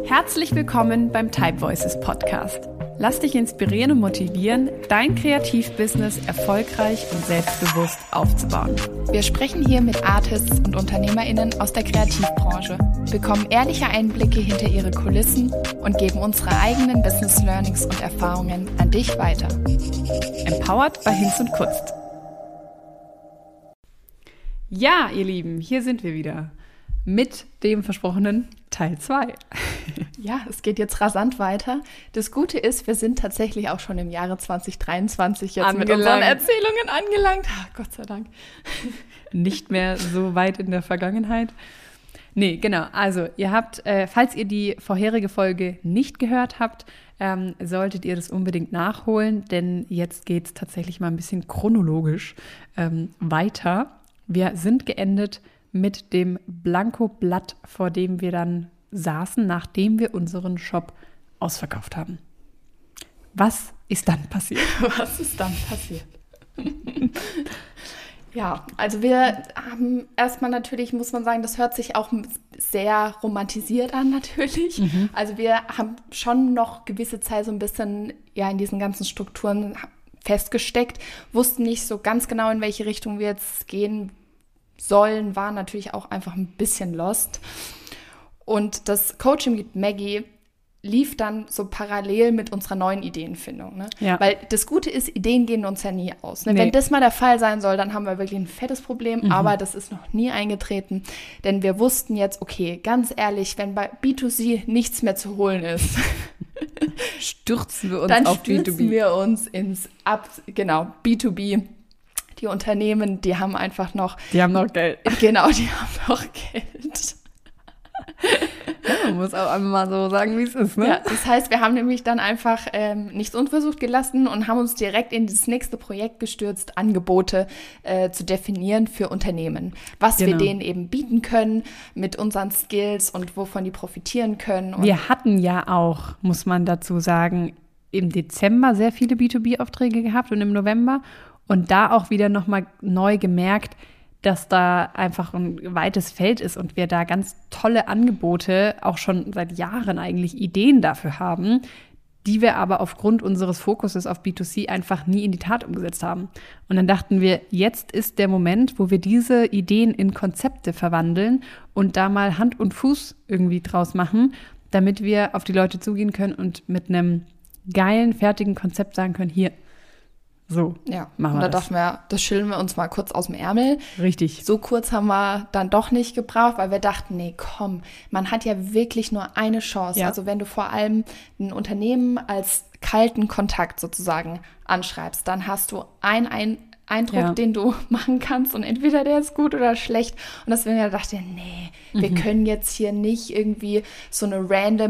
Herzlich willkommen beim Type Voices Podcast. Lass dich inspirieren und motivieren, dein Kreativbusiness erfolgreich und selbstbewusst aufzubauen. Wir sprechen hier mit Artists und UnternehmerInnen aus der Kreativbranche, bekommen ehrliche Einblicke hinter ihre Kulissen und geben unsere eigenen Business Learnings und Erfahrungen an dich weiter. Empowered by Hinz und Kunst. Ja, ihr Lieben, hier sind wir wieder mit dem versprochenen Teil 2. Ja, es geht jetzt rasant weiter. Das Gute ist, wir sind tatsächlich auch schon im Jahre 2023 jetzt mit unseren Erzählungen angelangt. Gott sei Dank. Nicht mehr so weit in der Vergangenheit. Nee, genau. Also ihr habt, falls ihr die vorherige Folge nicht gehört habt, solltet ihr das unbedingt nachholen, denn jetzt geht es tatsächlich mal ein bisschen chronologisch weiter. Wir sind geendet mit dem Blankoblatt, vor dem wir dann saßen, nachdem wir unseren Shop ausverkauft haben. Was ist dann passiert? Was ist dann passiert? Ja, also wir haben erstmal natürlich, muss man sagen, das hört sich auch sehr romantisiert an natürlich. Mhm. Also wir haben schon noch gewisse Zeit so ein bisschen ja in diesen ganzen Strukturen festgesteckt, wussten nicht so ganz genau, in welche Richtung wir jetzt gehen sollen, waren natürlich auch einfach ein bisschen lost. Und das Coaching mit Maggie lief dann so parallel mit unserer neuen Ideenfindung. Ne? Ja. Weil das Gute ist, Ideen gehen uns ja nie aus. Ne? Nee. Wenn das mal der Fall sein soll, dann haben wir wirklich ein fettes Problem. Aber das ist noch nie eingetreten. Denn wir wussten jetzt, okay, ganz ehrlich, wenn bei B2C nichts mehr zu holen ist, stürzen wir uns dann auf B2B. Dann stürzen wir uns ins B2B. Die Unternehmen, die haben einfach noch... Die haben noch Geld. Genau, die haben noch Geld. Ja, man muss auch einmal mal so sagen, wie es ist, ne? Ja, das heißt, wir haben nämlich dann einfach nichts unversucht gelassen und haben uns direkt in das nächste Projekt gestürzt, Angebote zu definieren für Unternehmen. Was wir denen eben bieten können mit unseren Skills und wovon die profitieren können. Und wir hatten ja auch, muss man dazu sagen, im Dezember sehr viele B2B-Aufträge gehabt und im November. Und da auch wieder nochmal neu gemerkt, dass da einfach ein weites Feld ist und wir da ganz tolle Angebote, auch schon seit Jahren eigentlich Ideen dafür haben, die wir aber aufgrund unseres Fokuses auf B2C einfach nie in die Tat umgesetzt haben. Und dann dachten wir, jetzt ist der Moment, wo wir diese Ideen in Konzepte verwandeln und da mal Hand und Fuß irgendwie draus machen, damit wir auf die Leute zugehen können und mit einem geilen, fertigen Konzept sagen können, hier, so, ja, machen wir das. Und da dachten wir, das schütteln wir uns mal kurz aus dem Ärmel. Richtig. So kurz haben wir dann doch nicht gebraucht, weil wir dachten, nee, komm, man hat ja wirklich nur eine Chance. Ja. Also wenn du vor allem ein Unternehmen als kalten Kontakt sozusagen anschreibst, dann hast du einen Eindruck, den du machen kannst und entweder der ist gut oder schlecht. Und deswegen dachte ich, nee, wir können jetzt hier nicht irgendwie so eine random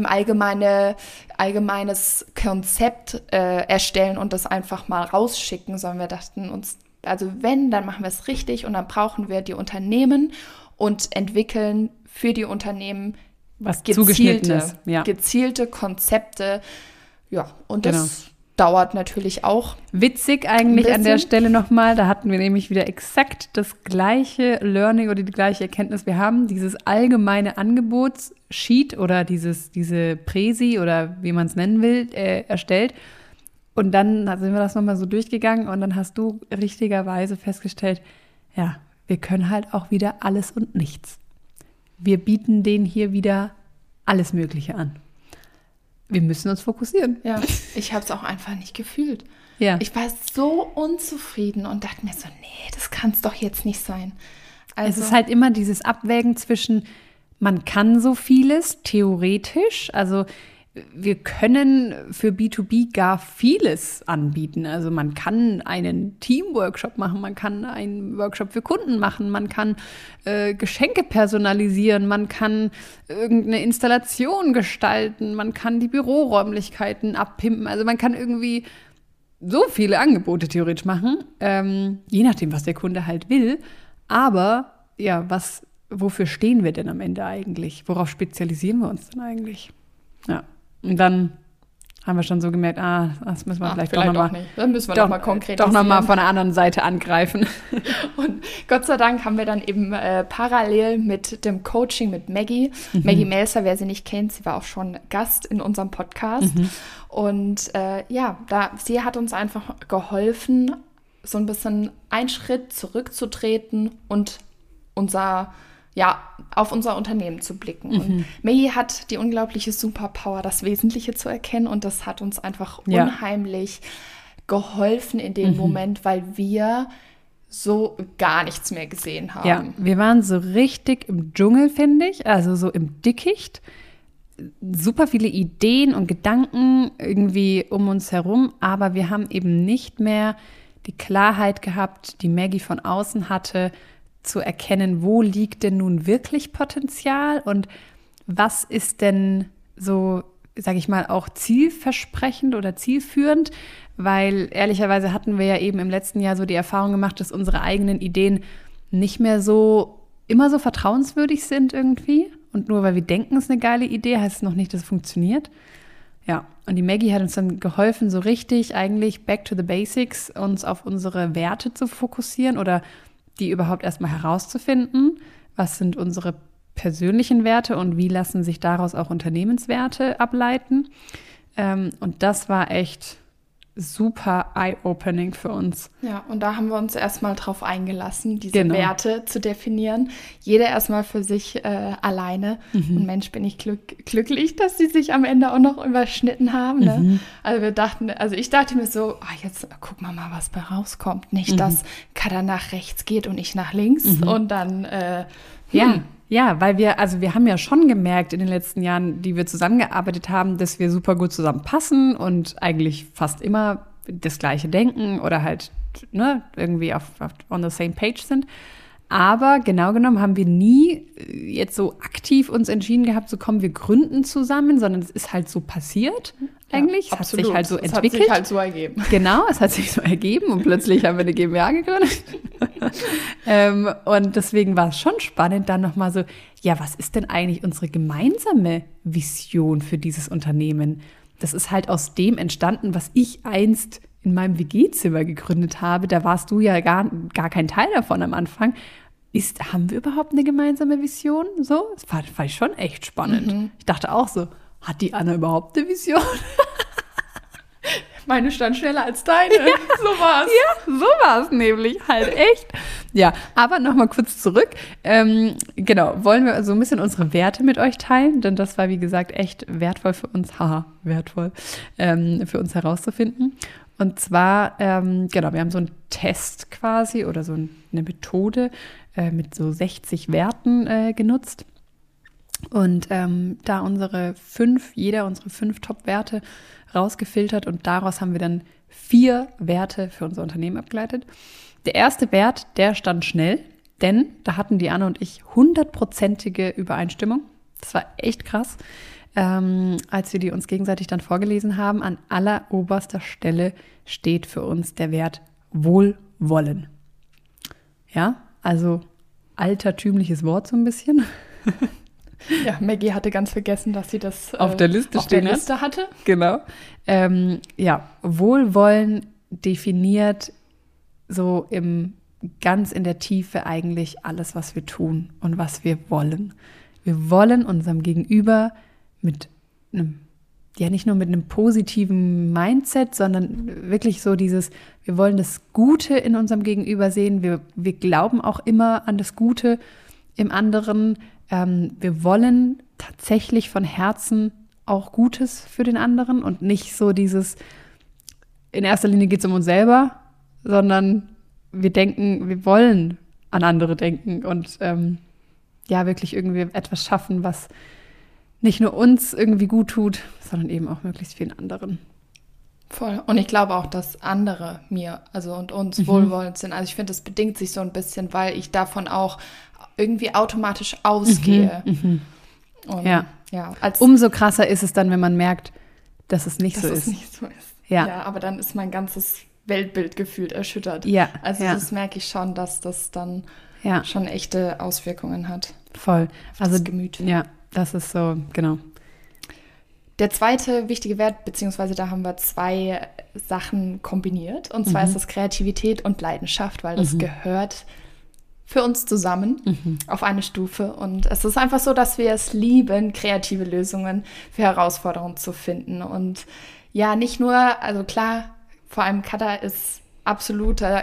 allgemeines Konzept erstellen und das einfach mal rausschicken, sondern wir dachten uns, also wenn, dann machen wir es richtig und dann brauchen wir die Unternehmen und entwickeln für die Unternehmen was zugeschnittenes, gezielte Konzepte. Ja, und das dauert natürlich auch. Witzig eigentlich an der Stelle nochmal, da hatten wir nämlich wieder exakt das gleiche Learning oder die gleiche Erkenntnis. Wir haben dieses allgemeine Angebotssheet oder diese Präsi oder wie man es nennen will, erstellt. Und dann sind wir das nochmal so durchgegangen und dann hast du richtigerweise festgestellt, ja, wir können halt auch wieder alles und nichts. Wir bieten denen hier wieder alles Mögliche an. Wir müssen uns fokussieren. Ja, ich habe es auch einfach nicht gefühlt. Ja. Ich war so unzufrieden und dachte mir so, nee, das kann es doch jetzt nicht sein. Also, es ist halt immer dieses Abwägen zwischen, man kann so vieles, theoretisch, also wir können für B2B gar vieles anbieten. Also man kann einen Teamworkshop machen, man kann einen Workshop für Kunden machen, man kann Geschenke personalisieren, man kann irgendeine Installation gestalten, man kann die Büroräumlichkeiten abpimpen. Also man kann irgendwie so viele Angebote theoretisch machen, je nachdem, was der Kunde halt will. Aber ja, wofür stehen wir denn am Ende eigentlich? Worauf spezialisieren wir uns denn eigentlich? Ja. Und dann haben wir schon so gemerkt, das müssen wir vielleicht doch vielleicht nochmal. auch nicht. Dann müssen wir nochmal konkret. Doch nochmal von der anderen Seite angreifen. Und Gott sei Dank haben wir dann eben parallel mit dem Coaching mit Maggie, Maggie Melzer, wer sie nicht kennt, sie war auch schon Gast in unserem Podcast. Und sie hat uns einfach geholfen, so ein bisschen einen Schritt zurückzutreten und auf unser Unternehmen zu blicken. Und Maggie hat die unglaubliche Superpower, das Wesentliche zu erkennen, und das hat uns einfach unheimlich geholfen in dem Moment, weil wir so gar nichts mehr gesehen haben. Ja, wir waren so richtig im Dschungel, finde ich, also so im Dickicht. Super viele Ideen und Gedanken irgendwie um uns herum, aber wir haben eben nicht mehr die Klarheit gehabt, die Maggie von außen hatte, zu erkennen, wo liegt denn nun wirklich Potenzial und was ist denn so, sage ich mal, auch zielversprechend oder zielführend, weil ehrlicherweise hatten wir ja eben im letzten Jahr so die Erfahrung gemacht, dass unsere eigenen Ideen nicht mehr so immer so vertrauenswürdig sind irgendwie, und nur weil wir denken, es ist eine geile Idee, heißt es noch nicht, dass es funktioniert. Ja, und die Maggie hat uns dann geholfen, so richtig eigentlich back to the basics, uns auf unsere Werte zu fokussieren oder die überhaupt erstmal herauszufinden, was sind unsere persönlichen Werte und wie lassen sich daraus auch Unternehmenswerte ableiten. Und das war echt super eye-opening für uns. Ja, und da haben wir uns erstmal drauf eingelassen, diese Werte zu definieren. Jeder erstmal für sich alleine. Und Mensch, bin ich glücklich, dass die sich am Ende auch noch überschnitten haben. Ne? Also ich dachte mir so, jetzt gucken wir mal, was bei rauskommt. Nicht, dass Kada nach rechts geht und ich nach links und dann Ja, weil wir haben ja schon gemerkt in den letzten Jahren, die wir zusammengearbeitet haben, dass wir super gut zusammenpassen und eigentlich fast immer das Gleiche denken oder halt irgendwie on the same page sind. Aber genau genommen haben wir nie jetzt so aktiv uns entschieden gehabt, so kommen wir gründen zusammen, sondern es ist halt so passiert eigentlich. Es hat sich halt so entwickelt. Es hat sich halt so ergeben. Genau, es hat sich so ergeben und plötzlich haben wir eine GmbH gegründet. Und deswegen war es schon spannend, dann nochmal so, was ist denn eigentlich unsere gemeinsame Vision für dieses Unternehmen? Das ist halt aus dem entstanden, was ich einst in meinem WG-Zimmer gegründet habe. Da warst du ja gar kein Teil davon am Anfang. Haben wir überhaupt eine gemeinsame Vision? So, das fand ich schon echt spannend. Ich dachte auch so, hat die Anna überhaupt eine Vision? Meine stand schneller als deine. Ja, so war's. Ja, so war's nämlich halt echt. Ja, aber nochmal kurz zurück. Wollen wir so ein bisschen unsere Werte mit euch teilen? Denn das war, wie gesagt, echt wertvoll für uns. Wertvoll für uns herauszufinden. Und zwar, wir haben so einen Test quasi oder so eine Methode mit so 60 Werten genutzt. Und da jeder unsere 5 Top-Werte rausgefiltert und daraus haben wir dann 4 Werte für unser Unternehmen abgeleitet. Der erste Wert, der stand schnell, denn da hatten die Anne und ich 100%ige Übereinstimmung. Das war echt krass. Als wir die uns gegenseitig dann vorgelesen haben, an alleroberster Stelle steht für uns der Wert Wohlwollen. Ja, also altertümliches Wort so ein bisschen. Ja, Maggie hatte ganz vergessen, dass sie das auf der Liste hatte. Genau. Wohlwollen definiert so ganz in der Tiefe eigentlich alles, was wir tun und was wir wollen. Wir wollen unserem Gegenüber mit nicht nur mit einem positiven Mindset, sondern wirklich so wir wollen das Gute in unserem Gegenüber sehen. Wir glauben auch immer an das Gute im anderen. Wir wollen tatsächlich von Herzen auch Gutes für den anderen und nicht so in erster Linie geht es um uns selber, sondern wir wollen an andere denken und wirklich irgendwie etwas schaffen, was nicht nur uns irgendwie gut tut, sondern eben auch möglichst vielen anderen. Voll. Und ich glaube auch, dass andere mir, und uns wohlwollend sind. Also ich finde, das bedingt sich so ein bisschen, weil ich davon auch irgendwie automatisch ausgehe. Und, umso krasser ist es dann, wenn man merkt, dass es nicht so ist. Ja, aber dann ist mein ganzes Weltbild gefühlt erschüttert. Ja. Also das merke ich schon, dass das dann schon echte Auswirkungen hat. Voll. Also das Gemüt. Ja, das ist so, genau. Der zweite wichtige Wert, beziehungsweise da haben wir 2 Sachen kombiniert. Und zwar ist das Kreativität und Leidenschaft, weil das gehört für uns zusammen auf eine Stufe. Und es ist einfach so, dass wir es lieben, kreative Lösungen für Herausforderungen zu finden. Und ja, nicht nur, also klar, vor allem Katha ist absoluter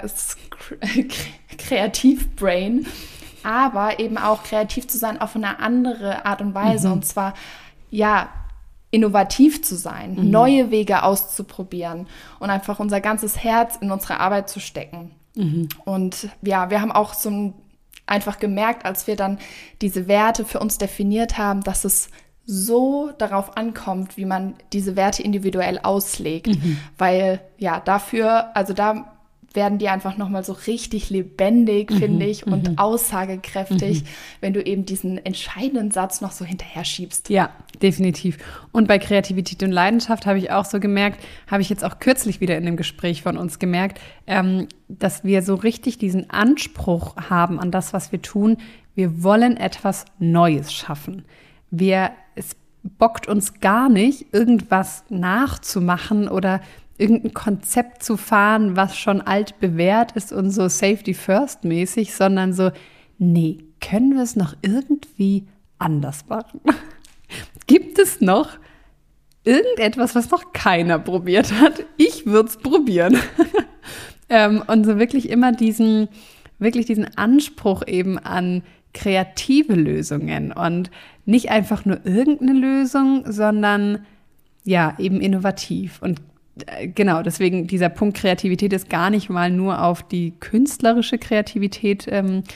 Kreativbrain, aber eben auch kreativ zu sein auf eine andere Art und Weise. Und zwar, ja, innovativ zu sein, neue Wege auszuprobieren und einfach unser ganzes Herz in unsere Arbeit zu stecken. Und ja, wir haben auch einfach gemerkt, als wir dann diese Werte für uns definiert haben, dass es so darauf ankommt, wie man diese Werte individuell auslegt. Weil ja, dafür, also da werden die einfach nochmal so richtig lebendig, finde ich, und aussagekräftig, wenn du eben diesen entscheidenden Satz noch so hinterher schiebst. Ja, definitiv. Und bei Kreativität und Leidenschaft habe ich auch so gemerkt, habe ich jetzt auch kürzlich wieder in dem Gespräch von uns gemerkt, dass wir so richtig diesen Anspruch haben an das, was wir tun. Wir wollen etwas Neues schaffen. Es bockt uns gar nicht, irgendwas nachzumachen oder irgendein Konzept zu fahren, was schon altbewährt ist und so Safety First mäßig, sondern so, nee, können wir es noch irgendwie anders machen? Gibt es noch irgendetwas, was noch keiner probiert hat? Ich würde es probieren. Und so wirklich immer diesen Anspruch eben an kreative Lösungen und nicht einfach nur irgendeine Lösung, sondern ja, eben innovativ. Und genau, deswegen dieser Punkt Kreativität ist gar nicht mal nur auf die künstlerische Kreativität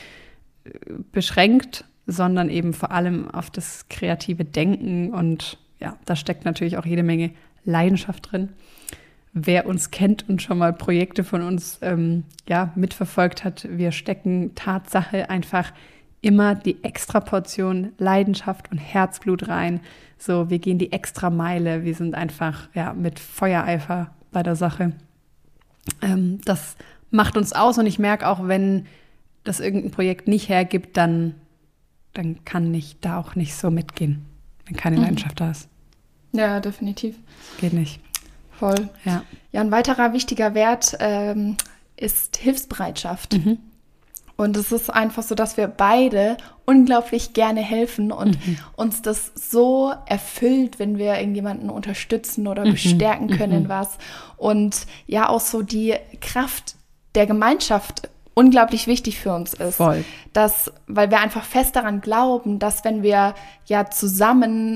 beschränkt, sondern eben vor allem auf das kreative Denken. Und ja, da steckt natürlich auch jede Menge Leidenschaft drin. Wer uns kennt und schon mal Projekte von uns mitverfolgt hat, wir stecken Tatsache einfach immer die Extraportion Leidenschaft und Herzblut rein. So, wir gehen die Extrameile. Wir sind einfach mit Feuereifer bei der Sache. Das macht uns aus und ich merke auch, wenn das irgendein Projekt nicht hergibt, dann kann ich da auch nicht so mitgehen, wenn keine Leidenschaft da ist. Ja, definitiv. Geht nicht. Voll. Ja, ein weiterer wichtiger Wert ist Hilfsbereitschaft. Und es ist einfach so, dass wir beide unglaublich gerne helfen und uns das so erfüllt, wenn wir irgendjemanden unterstützen oder bestärken können in was. Und ja, auch so die Kraft der Gemeinschaft unglaublich wichtig für uns ist. Voll. Weil wir einfach fest daran glauben, dass wenn wir ja zusammen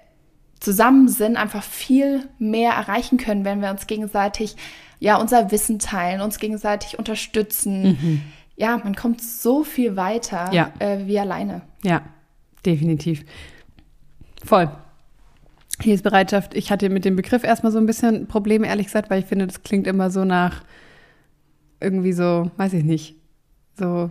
sind, einfach viel mehr erreichen können, wenn wir uns gegenseitig unser Wissen teilen, uns gegenseitig unterstützen. Ja, man kommt so viel weiter wie alleine. Ja, definitiv. Voll. Hilfsbereitschaft. Ich hatte mit dem Begriff erstmal so ein bisschen Probleme, ehrlich gesagt, weil ich finde, das klingt immer so nach irgendwie so, weiß ich nicht, so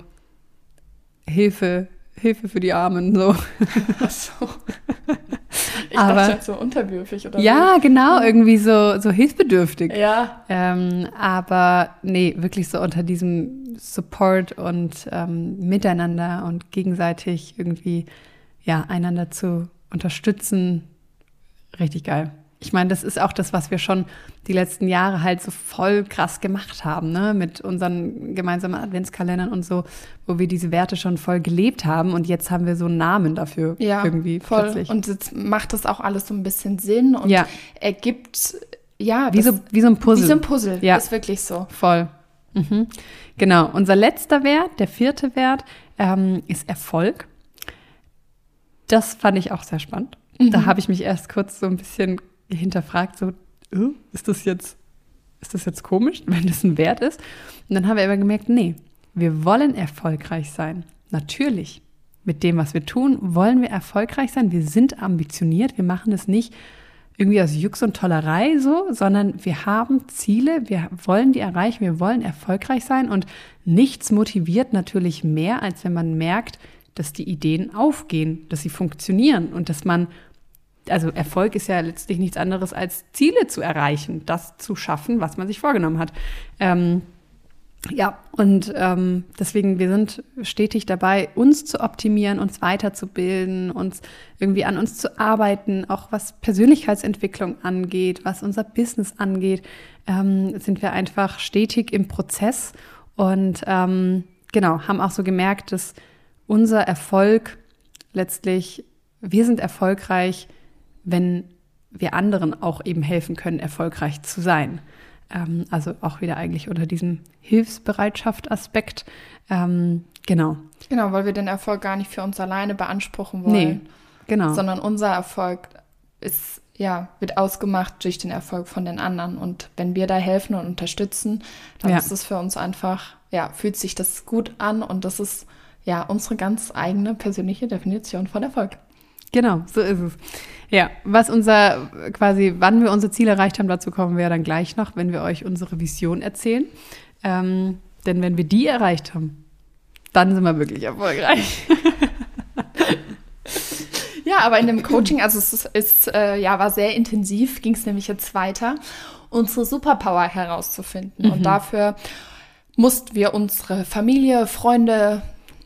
Hilfe für die Armen, so. Ach so. Ich dachte so unterwürfig oder ja, so. Genau, irgendwie so hilfsbedürftig. Ja. Aber nee, wirklich so unter diesem Support und Miteinander und gegenseitig irgendwie einander zu unterstützen. Richtig geil. Ich meine, das ist auch das, was wir schon die letzten Jahre halt so voll krass gemacht haben, ne? Mit unseren gemeinsamen Adventskalendern und so, wo wir diese Werte schon voll gelebt haben und jetzt haben wir so einen Namen dafür irgendwie voll. Plötzlich. Und jetzt macht das auch alles so ein bisschen Sinn und ergibt, wie so ein Puzzle. Wie so ein Puzzle, ist wirklich so. Voll. Genau, unser letzter Wert, der 4. Wert, ist Erfolg. Das fand ich auch sehr spannend. Da habe ich mich erst kurz so ein bisschen hinterfragt, so, ist das jetzt komisch, wenn das ein Wert ist? Und dann haben wir aber gemerkt, nee, wir wollen erfolgreich sein. Natürlich, mit dem, was wir tun, wollen wir erfolgreich sein. Wir sind ambitioniert, wir machen es nicht irgendwie aus Jux und Tollerei so, sondern wir haben Ziele, wir wollen die erreichen, wir wollen erfolgreich sein und nichts motiviert natürlich mehr, als wenn man merkt, dass die Ideen aufgehen, dass sie funktionieren und dass man also Erfolg ist ja letztlich nichts anderes als Ziele zu erreichen, das zu schaffen, was man sich vorgenommen hat. Ja, und deswegen, wir sind stetig dabei, uns zu optimieren, uns weiterzubilden, uns irgendwie an uns zu arbeiten, auch was Persönlichkeitsentwicklung angeht, was unser Business angeht, sind wir einfach stetig im Prozess und genau, haben auch so gemerkt, dass unser Erfolg letztlich, wir sind erfolgreich, wenn wir anderen auch eben helfen können, erfolgreich zu sein. Also auch wieder eigentlich unter diesem Hilfsbereitschaft-Aspekt. Genau. Genau, weil wir den Erfolg gar nicht für uns alleine beanspruchen wollen. Nee, genau. Sondern unser Erfolg wird ausgemacht durch den Erfolg von den anderen. Und wenn wir da helfen und unterstützen, dann ist es für uns einfach, fühlt sich das gut an und das ist unsere ganz eigene persönliche Definition von Erfolg. Genau, so ist es. Ja, wann wir unser Ziel erreicht haben, dazu kommen wir dann gleich noch, wenn wir euch unsere Vision erzählen. Denn wenn wir die erreicht haben, dann sind wir wirklich erfolgreich. Ja, aber in dem Coaching, also war sehr intensiv, ging es nämlich jetzt weiter, unsere Superpower herauszufinden. Und dafür mussten wir unsere Familie, Freunde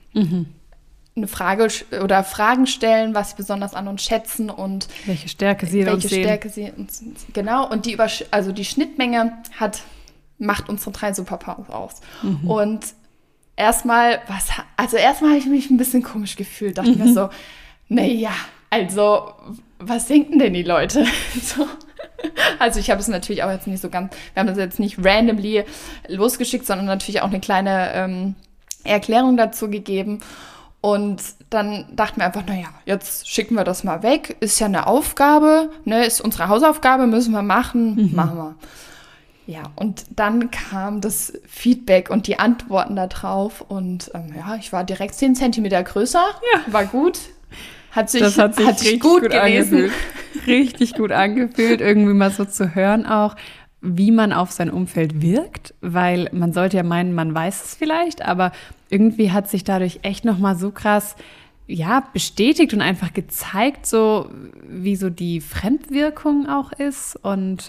eine Frage oder Fragen stellen, was sie besonders an uns schätzen und welche Stärke sie uns sehen. Genau, und die Schnittmenge macht unsere 3 Superpowers aus. Und erstmal habe ich mich ein bisschen komisch gefühlt, dachte mir so, naja, also was denken denn die Leute? So. Also ich habe es natürlich auch jetzt nicht so ganz, wir haben das jetzt nicht randomly losgeschickt, sondern natürlich auch eine kleine Erklärung dazu gegeben. Und dann dachten wir einfach, naja, jetzt schicken wir das mal weg. Ist ja eine Aufgabe, ne? Ist unsere Hausaufgabe, müssen wir machen, machen wir. Ja, und dann kam das Feedback und die Antworten da drauf. Und ich war direkt 10 Zentimeter größer, war gut. Hat sich richtig gut angefühlt. Richtig gut angefühlt, irgendwie mal so zu hören auch, wie man auf sein Umfeld wirkt, weil man sollte ja meinen, man weiß es vielleicht, aber irgendwie hat sich dadurch echt nochmal so krass, bestätigt und einfach gezeigt, so wie so die Fremdwirkung auch ist und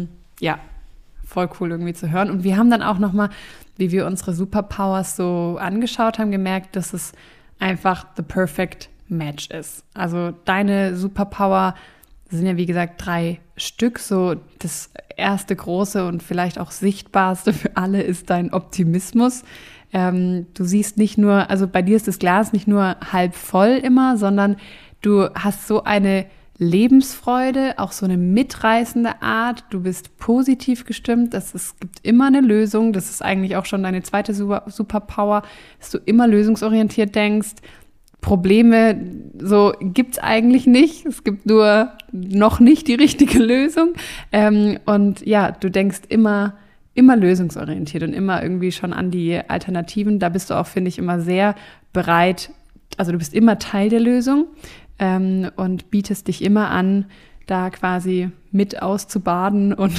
voll cool irgendwie zu hören. Und wir haben dann auch nochmal, wie wir unsere Superpowers so angeschaut haben, gemerkt, dass es einfach the perfect match ist. Also deine Superpower sind ja, wie gesagt, 3 Stück. So das erste große und vielleicht auch sichtbarste für alle ist dein Optimismus. Du siehst nicht nur, also bei dir ist das Glas nicht nur halb voll immer, sondern du hast so eine Lebensfreude, auch so eine mitreißende Art. Du bist positiv gestimmt. Es gibt immer eine Lösung. Das ist eigentlich auch schon deine zweite Superpower, dass du immer lösungsorientiert denkst. Probleme so gibt's eigentlich nicht. Es gibt nur noch nicht die richtige Lösung. Und du denkst immer lösungsorientiert und immer irgendwie schon an die Alternativen. Da bist du auch, finde ich, immer sehr bereit. Also du bist immer Teil der Lösung und bietest dich immer an, da quasi mit auszubaden und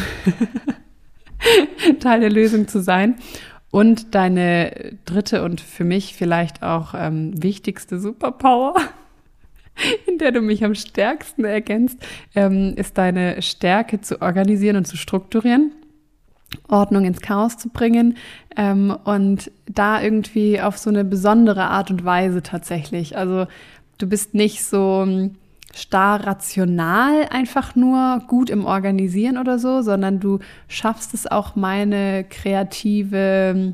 Teil der Lösung zu sein. Und deine dritte und für mich vielleicht auch wichtigste Superpower, in der du mich am stärksten ergänzt, ist deine Stärke zu organisieren und zu strukturieren, Ordnung ins Chaos zu bringen und da irgendwie auf so eine besondere Art und Weise tatsächlich. Also du bist nicht so starr rational einfach nur gut im Organisieren oder so, sondern du schaffst es auch, meine kreative,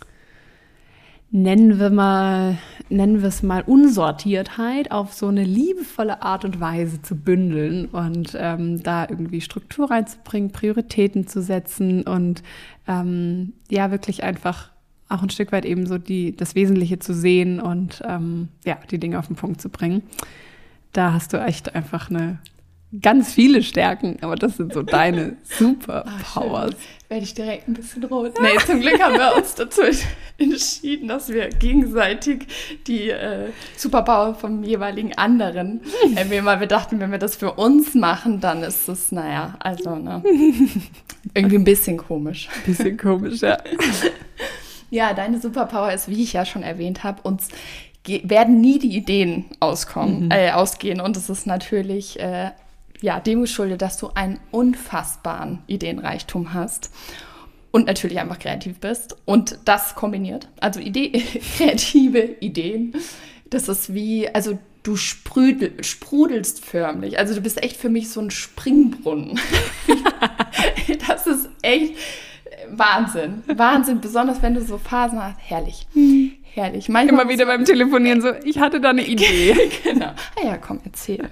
nennen wir es mal Unsortiertheit auf so eine liebevolle Art und Weise zu bündeln und da irgendwie Struktur reinzubringen, Prioritäten zu setzen und wirklich einfach auch ein Stück weit eben so das Wesentliche zu sehen und die Dinge auf den Punkt zu bringen. Da hast du echt einfach ganz viele Stärken, aber das sind so deine Superpowers. Werde ich direkt ein bisschen rot. Nee, zum Glück haben wir uns dazu entschieden, dass wir gegenseitig die Superpower vom jeweiligen anderen erwähnen, weil wir dachten, wenn wir das für uns machen, dann ist es, irgendwie ein bisschen komisch. Ein bisschen komisch, ja. Ja, deine Superpower ist, wie ich ja schon erwähnt habe, uns werden nie die Ideen ausgehen. Und es ist natürlich dem geschuldet, dass du einen unfassbaren Ideenreichtum hast. und natürlich einfach kreativ bist und das kombiniert, also kreative Ideen, das ist wie, also du sprudelst förmlich, also du bist echt für mich so ein Springbrunnen. Das ist echt Wahnsinn, besonders wenn du so Phasen hast, herrlich. Manchmal immer wieder beim Telefonieren so, ich hatte da eine Idee. Genau. Ah ja, komm, erzähl.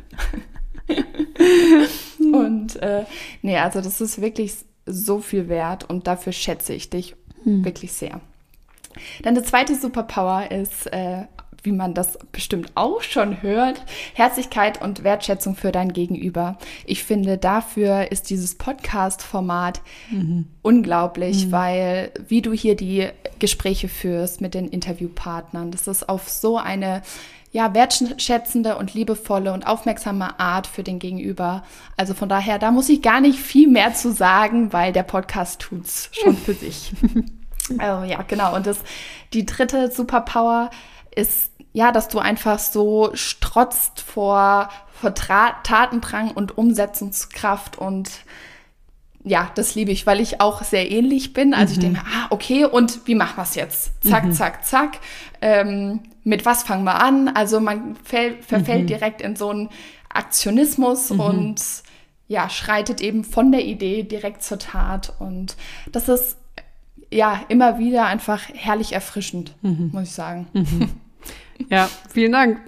Und nee, also das ist wirklich so viel wert und dafür schätze ich dich wirklich sehr. Dann die zweite Superpower ist, wie man das bestimmt auch schon hört, Herzlichkeit und Wertschätzung für dein Gegenüber. Ich finde, dafür ist dieses Podcast-Format unglaublich, weil wie du hier die Gespräche führst mit den Interviewpartnern, das ist auf so eine wertschätzende und liebevolle und aufmerksame Art für den Gegenüber. Also von daher, da muss ich gar nicht viel mehr zu sagen, weil der Podcast tut's schon für sich. Also ja, genau. Und die dritte Superpower ist, dass du einfach so strotzt vor Tatendrang und Umsetzungskraft und ja, das liebe ich, weil ich auch sehr ähnlich bin. Also ich denke mir, okay, und wie machen wir es jetzt? Zack, zack, zack. Mit was fangen wir an? Also man verfällt direkt in so einen Aktionismus und schreitet eben von der Idee direkt zur Tat. Und das ist immer wieder einfach herrlich erfrischend, muss ich sagen. Ja, vielen Dank.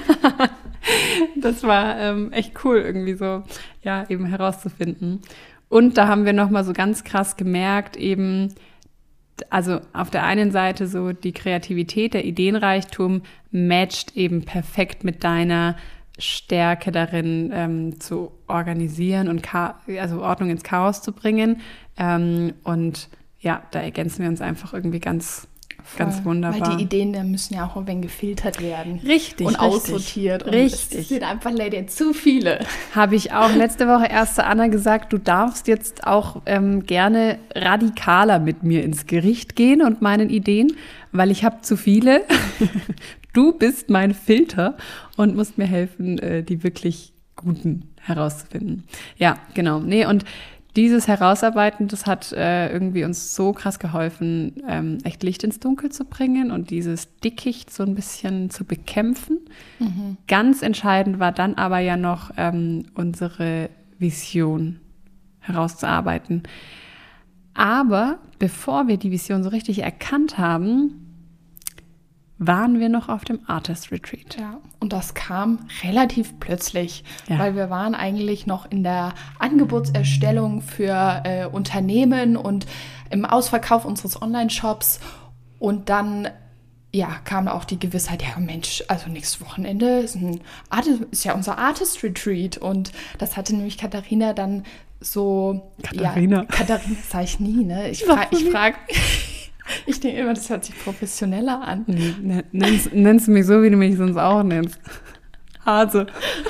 Das war echt cool, irgendwie so, eben herauszufinden. Und da haben wir nochmal so ganz krass gemerkt, eben, also auf der einen Seite so die Kreativität, der Ideenreichtum matcht eben perfekt mit deiner Stärke darin, zu organisieren und also Ordnung ins Chaos zu bringen. Und ja, da ergänzen wir uns einfach irgendwie ganz wunderbar. Weil die Ideen, da müssen ja auch ein wenig gefiltert werden. Richtig. Und aussortiert. Und richtig. Es sind einfach leider zu viele. Habe ich auch letzte Woche erst zu Anna gesagt, du darfst jetzt auch gerne radikaler mit mir ins Gericht gehen und meinen Ideen, weil ich habe zu viele. Du bist mein Filter und musst mir helfen, die wirklich guten herauszufinden. Ja, genau. Nee, und dieses Herausarbeiten, das hat irgendwie uns so krass geholfen, echt Licht ins Dunkel zu bringen und dieses Dickicht so ein bisschen zu bekämpfen. Ganz entscheidend war dann aber ja noch unsere Vision herauszuarbeiten. Aber bevor wir die Vision so richtig erkannt haben, waren wir noch auf dem Artist Retreat. Ja, und das kam relativ plötzlich, weil wir waren eigentlich noch in der Angebotserstellung für Unternehmen und im Ausverkauf unseres Online-Shops und dann kam auch die Gewissheit, Mensch, also nächstes Wochenende ist ja unser Artist Retreat und das hatte nämlich Katharina dann so... Katharina sage ich nie, ne? Ich frage... Ich denke immer, das hört sich professioneller an. Nennst du mich so, wie du mich sonst auch nennst. Hase.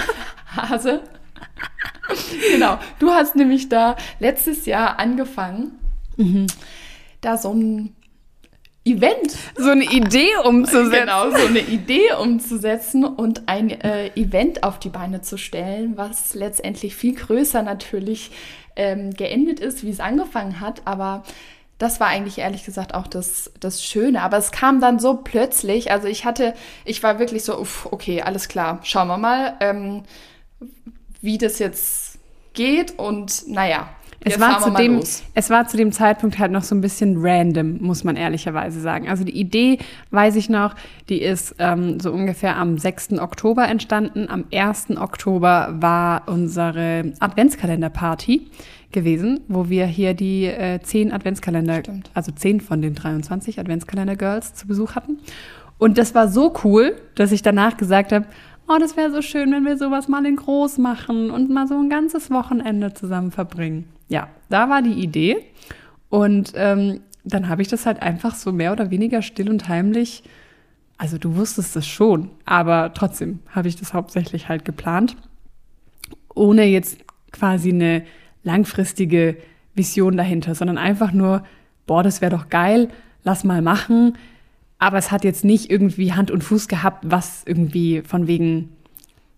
Genau. Du hast nämlich da letztes Jahr angefangen, da so ein Event. So eine Idee umzusetzen. Genau, so eine Idee umzusetzen und ein Event auf die Beine zu stellen, was letztendlich viel größer natürlich geendet ist, wie es angefangen hat, aber das war eigentlich ehrlich gesagt auch das Schöne. Aber es kam dann so plötzlich. Also ich war wirklich so, okay, alles klar, schauen wir mal, wie das jetzt geht. Und naja, es war zu dem Zeitpunkt halt noch so ein bisschen random, muss man ehrlicherweise sagen. Also die Idee, weiß ich noch, die ist so ungefähr am 6. Oktober entstanden. Am 1. Oktober war unsere Adventskalenderparty gewesen, wo wir hier die 10 Adventskalender, also 10 von den 23 Adventskalender-Girls zu Besuch hatten. Und das war so cool, dass ich danach gesagt habe, das wäre so schön, wenn wir sowas mal in groß machen und mal so ein ganzes Wochenende zusammen verbringen. Ja, da war die Idee. Und dann habe ich das halt einfach so mehr oder weniger still und heimlich, also du wusstest es schon, aber trotzdem habe ich das hauptsächlich halt geplant, ohne jetzt quasi eine langfristige Vision dahinter, sondern einfach nur, das wäre doch geil, lass mal machen. Aber es hat jetzt nicht irgendwie Hand und Fuß gehabt, was irgendwie von wegen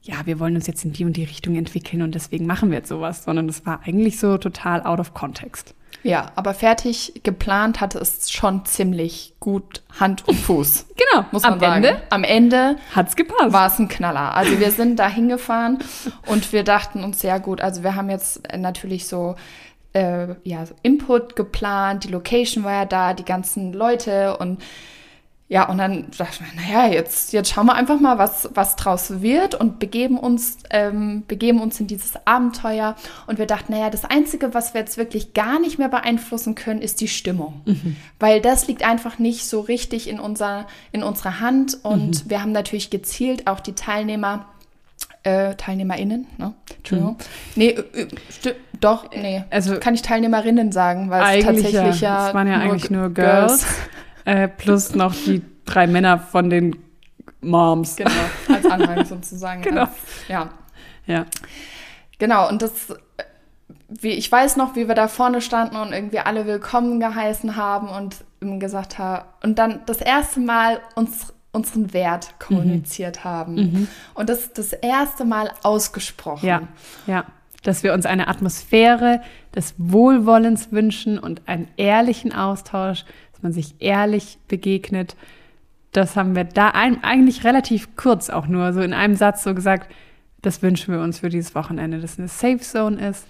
ja, wir wollen uns jetzt in die und die Richtung entwickeln und deswegen machen wir jetzt sowas, sondern das war eigentlich so total out of context. Ja, aber fertig geplant hatte es schon ziemlich gut Hand und Fuß. Genau, muss man sagen. Am Ende hat's gepasst. War es ein Knaller. Also wir sind da hingefahren und wir dachten uns, ja gut, also wir haben jetzt natürlich so Input geplant, die Location war ja da, die ganzen Leute und ja, und dann dachten wir, naja, jetzt schauen wir einfach mal, was draus wird und begeben uns in dieses Abenteuer. Und wir dachten, naja, das Einzige, was wir jetzt wirklich gar nicht mehr beeinflussen können, ist die Stimmung. Weil das liegt einfach nicht so richtig in unserer Hand. Und wir haben natürlich gezielt auch die TeilnehmerInnen, ne? Entschuldigung. Nee, nee. Also kann ich TeilnehmerInnen sagen, weil es tatsächlich ja es waren ja eigentlich nur Girls. Plus noch die 3 Männer von den Moms. Genau, als Anhang sozusagen. Genau. Ja. Genau, und ich weiß noch, wie wir da vorne standen und irgendwie alle willkommen geheißen haben und gesagt haben, und dann das erste Mal unseren Wert kommuniziert haben. Und das erste Mal ausgesprochen. Ja. Dass wir uns eine Atmosphäre des Wohlwollens wünschen und einen ehrlichen Austausch, man sich ehrlich begegnet. Das haben wir da eigentlich relativ kurz auch nur so in einem Satz so gesagt, das wünschen wir uns für dieses Wochenende, dass eine Safe Zone ist.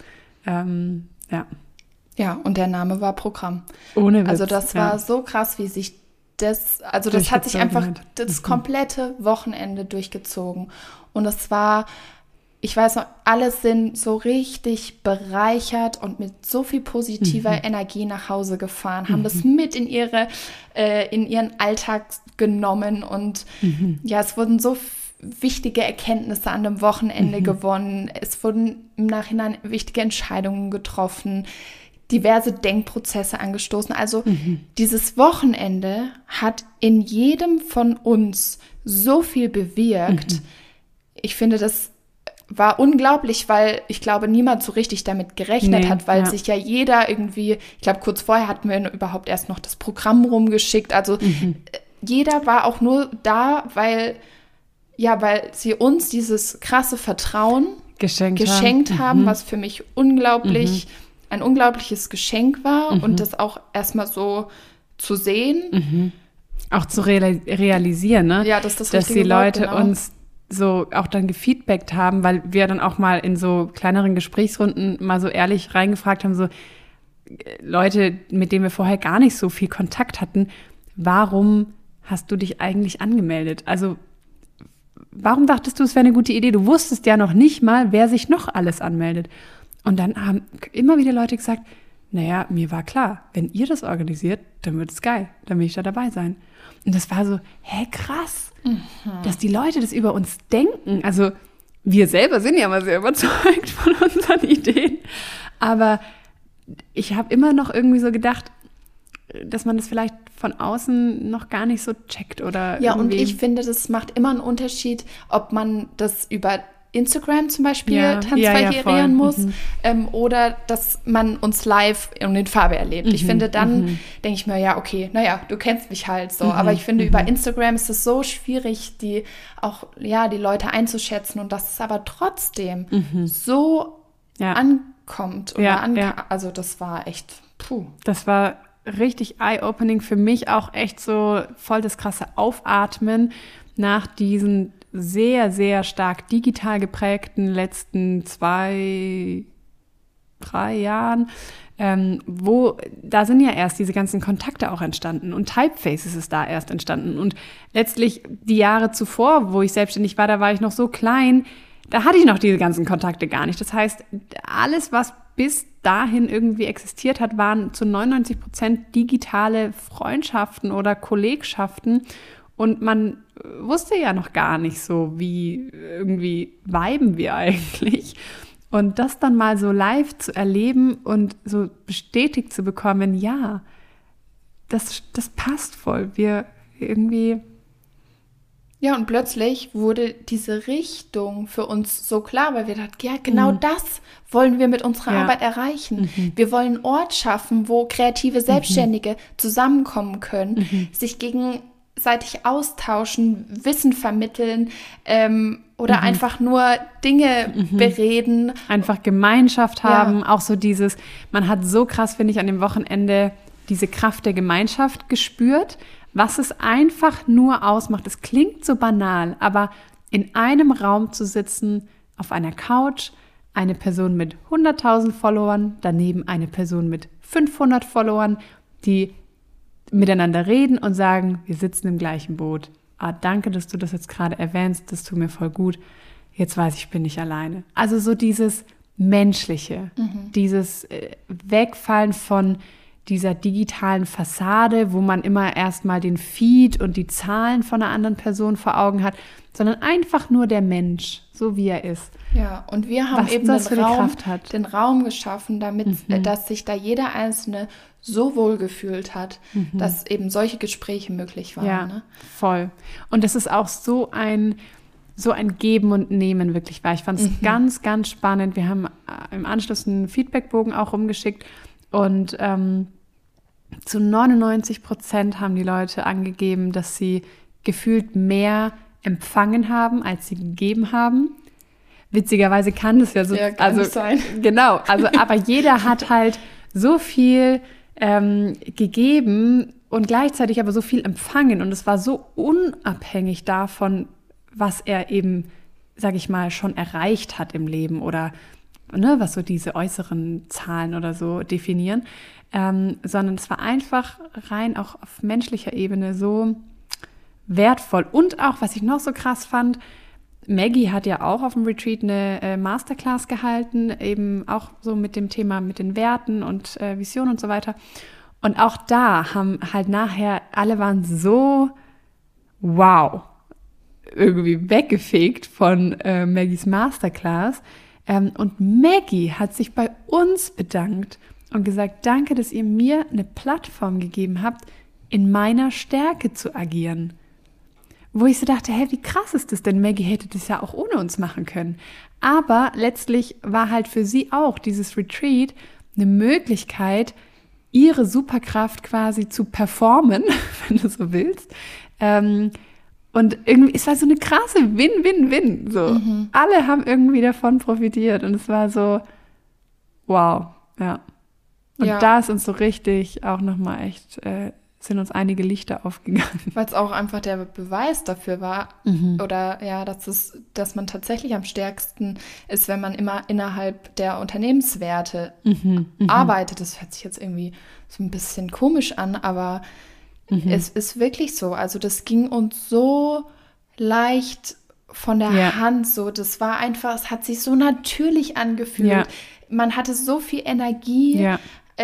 Ja, und der Name war Programm. Ohne Witz. Also das war so krass, wie sich das hat sich einfach das komplette Wochenende durchgezogen. Und es war, ich weiß noch, alle sind so richtig bereichert und mit so viel positiver Energie nach Hause gefahren, haben das mit in ihren Alltag genommen und ja, es wurden so wichtige Erkenntnisse an dem Wochenende gewonnen. Es wurden im Nachhinein wichtige Entscheidungen getroffen, diverse Denkprozesse angestoßen. Also dieses Wochenende hat in jedem von uns so viel bewirkt. Ich finde, das war unglaublich, weil ich glaube, niemand so richtig damit gerechnet hat, weil sich ja jeder irgendwie, ich glaube, kurz vorher hatten wir überhaupt erst noch das Programm rumgeschickt. Also jeder war auch nur da, weil sie uns dieses krasse Vertrauen geschenkt haben, was für mich ein unglaubliches Geschenk war und das auch erstmal so zu sehen. Auch zu realisieren, ne? Ja, dass die Leute uns so auch dann gefeedbackt haben, weil wir dann auch mal in so kleineren Gesprächsrunden mal so ehrlich reingefragt haben, so Leute, mit denen wir vorher gar nicht so viel Kontakt hatten, warum hast du dich eigentlich angemeldet? Also warum dachtest du, es wäre eine gute Idee? Du wusstest ja noch nicht mal, wer sich noch alles anmeldet. Und dann haben immer wieder Leute gesagt, naja, mir war klar, wenn ihr das organisiert, dann wird es geil, dann will ich da dabei sein. Und das war so, krass, dass die Leute das über uns denken. Also wir selber sind ja mal sehr überzeugt von unseren Ideen. Aber ich habe immer noch irgendwie so gedacht, dass man das vielleicht von außen noch gar nicht so checkt oder ja, und ich finde, das macht immer einen Unterschied, ob man das über Instagram zum Beispiel transferieren muss oder dass man uns live und in Farbe erlebt. Ich finde, dann denke ich mir, ja, okay, naja, du kennst mich halt so. Aber ich finde, über Instagram ist es so schwierig, die Leute einzuschätzen und dass es aber trotzdem so ankommt. Also das war echt, Das war richtig eye-opening für mich, auch echt so voll das krasse Aufatmen nach diesen sehr, sehr stark digital geprägten letzten 2-3 Jahren, da sind ja erst diese ganzen Kontakte auch entstanden und Typefaces ist da erst entstanden. Und letztlich die Jahre zuvor, wo ich selbstständig war, da war ich noch so klein, da hatte ich noch diese ganzen Kontakte gar nicht. Das heißt, alles, was bis dahin irgendwie existiert hat, waren zu 99% digitale Freundschaften oder Kollegschaften. Und man wusste ja noch gar nicht so, wie irgendwie viben wir eigentlich. Und das dann mal so live zu erleben und so bestätigt zu bekommen, ja, das passt voll. Wir irgendwie... Ja, und plötzlich wurde diese Richtung für uns so klar, weil wir dachten, ja, genau das wollen wir mit unserer Arbeit erreichen. Wir wollen einen Ort schaffen, wo kreative Selbstständige zusammenkommen können, sich gegenseitig austauschen, Wissen vermitteln oder einfach nur Dinge bereden. Einfach Gemeinschaft haben, auch so dieses, man hat so krass, finde ich, an dem Wochenende diese Kraft der Gemeinschaft gespürt, was es einfach nur ausmacht. Es klingt so banal, aber in einem Raum zu sitzen, auf einer Couch, eine Person mit 100.000 Followern, daneben eine Person mit 500 Followern, die miteinander reden und sagen, wir sitzen im gleichen Boot. Ah, danke, dass du das jetzt gerade erwähnst, das tut mir voll gut. Jetzt weiß ich bin nicht alleine. Also so dieses Menschliche, dieses Wegfallen von dieser digitalen Fassade, wo man immer erstmal den Feed und die Zahlen von einer anderen Person vor Augen hat, sondern einfach nur der Mensch, so wie er ist. Ja, und wir haben eben den Raum geschaffen, damit, dass sich da jeder Einzelne so wohl gefühlt hat, dass eben solche Gespräche möglich waren. Ja, ne? Voll. Und das ist auch so ein Geben und Nehmen wirklich war. Ich fand es ganz, ganz spannend. Wir haben im Anschluss einen Feedbackbogen auch rumgeschickt und zu 99% haben die Leute angegeben, dass sie gefühlt mehr empfangen haben, als sie gegeben haben. Witzigerweise kann das ja so sein. Genau, aber jeder hat halt so viel gegeben und gleichzeitig aber so viel empfangen und es war so unabhängig davon, was er eben, sag ich mal, schon erreicht hat im Leben oder was so diese äußeren Zahlen oder so definieren, sondern es war einfach rein auch auf menschlicher Ebene so wertvoll. Und auch, was ich noch so krass fand, Maggie hat ja auch auf dem Retreat eine Masterclass gehalten, eben auch so mit dem Thema, mit den Werten und Visionen und so weiter. Und auch da haben halt nachher, alle waren so, wow, irgendwie weggefegt von Maggies Masterclass. Und Maggie hat sich bei uns bedankt und gesagt, danke, dass ihr mir eine Plattform gegeben habt, in meiner Stärke zu agieren. Wo ich so dachte, wie krass ist das denn? Maggie hätte das ja auch ohne uns machen können. Aber letztlich war halt für sie auch dieses Retreat eine Möglichkeit, ihre Superkraft quasi zu performen, wenn du so willst. Und irgendwie, es war so eine krasse Win-Win-Win. So. Alle haben irgendwie davon profitiert. Und es war so, wow, ja. Und da ist uns so richtig auch nochmal echt, sind uns einige Lichter aufgegangen. Weil es auch einfach der Beweis dafür war, oder ja, dass man tatsächlich am stärksten ist, wenn man immer innerhalb der Unternehmenswerte arbeitet. Das hört sich jetzt irgendwie so ein bisschen komisch an, aber es ist wirklich so. Also das ging uns so leicht von der Hand. So, das war einfach, es hat sich so natürlich angefühlt. Ja. Man hatte so viel Energie. Ja.